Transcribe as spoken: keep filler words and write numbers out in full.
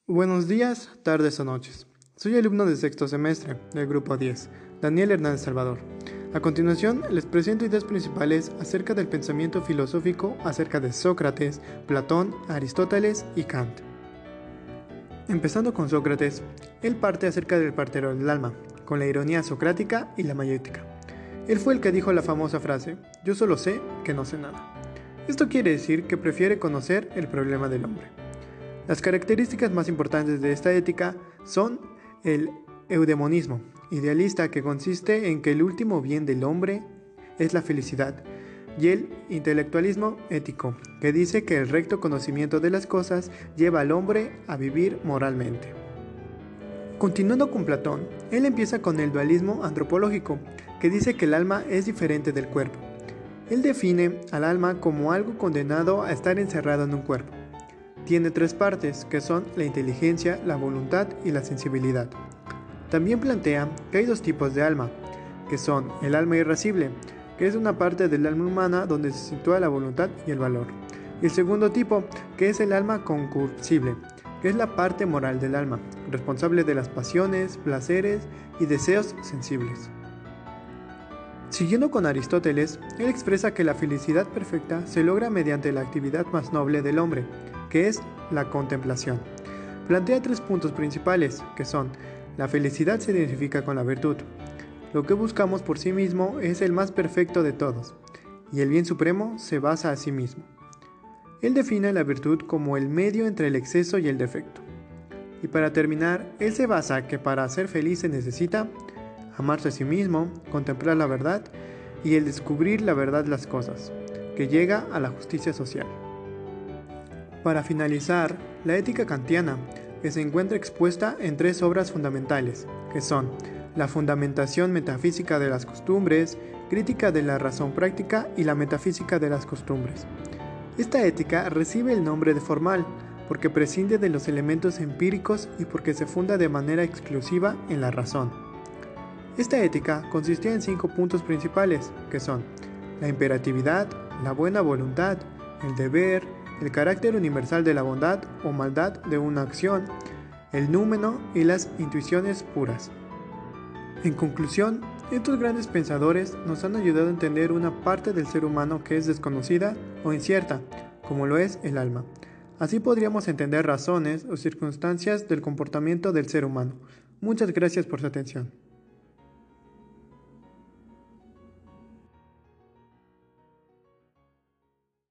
Buenos días, tardes o noches. Soy alumno de sexto semestre del grupo diez, Daniel Hernández Salvador. A continuación, les presento ideas principales acerca del pensamiento filosófico acerca de Sócrates, Platón, Aristóteles y Kant. Empezando con Sócrates, él parte acerca del partero del alma, con la ironía socrática y la mayéutica. Él fue el que dijo la famosa frase, yo solo sé que no sé nada. Esto quiere decir que prefiere conocer el problema del hombre. Las características más importantes de esta ética son el eudemonismo idealista, que consiste en que el último bien del hombre es la felicidad, y el intelectualismo ético, que dice que el recto conocimiento de las cosas lleva al hombre a vivir moralmente. Continuando con Platón, él empieza con el dualismo antropológico, que dice que el alma es diferente del cuerpo. Él define al alma como algo condenado a estar encerrado en un cuerpo. Tiene tres partes, que son la inteligencia, la voluntad y la sensibilidad. También plantea que hay dos tipos de alma, que son el alma irascible, que es una parte del alma humana donde se sitúa la voluntad y el valor. Y el segundo tipo, que es el alma concupiscible, que es la parte moral del alma, responsable de las pasiones, placeres y deseos sensibles. Siguiendo con Aristóteles, él expresa que la felicidad perfecta se logra mediante la actividad más noble del hombre, que es la contemplación. Plantea tres puntos principales, que son: la felicidad se identifica con la virtud, lo que buscamos por sí mismo es el más perfecto de todos, y el bien supremo se basa a sí mismo. Él define la virtud como el medio entre el exceso y el defecto. Y para terminar, él se basa que para ser feliz se necesita amarse a sí mismo, contemplar la verdad y el descubrir la verdad de las cosas, que llega a la justicia social. Para finalizar, la ética kantiana, que se encuentra expuesta en tres obras fundamentales, que son la fundamentación metafísica de las costumbres, crítica de la razón práctica y la metafísica de las costumbres. Esta ética recibe el nombre de formal, porque prescinde de los elementos empíricos y porque se funda de manera exclusiva en la razón. Esta ética consistía en cinco puntos principales, que son la imperatividad, la buena voluntad, el deber, el carácter universal de la bondad o maldad de una acción, el númeno y las intuiciones puras. En conclusión, estos grandes pensadores nos han ayudado a entender una parte del ser humano que es desconocida o incierta, como lo es el alma. Así podríamos entender razones o circunstancias del comportamiento del ser humano. Muchas gracias por su atención.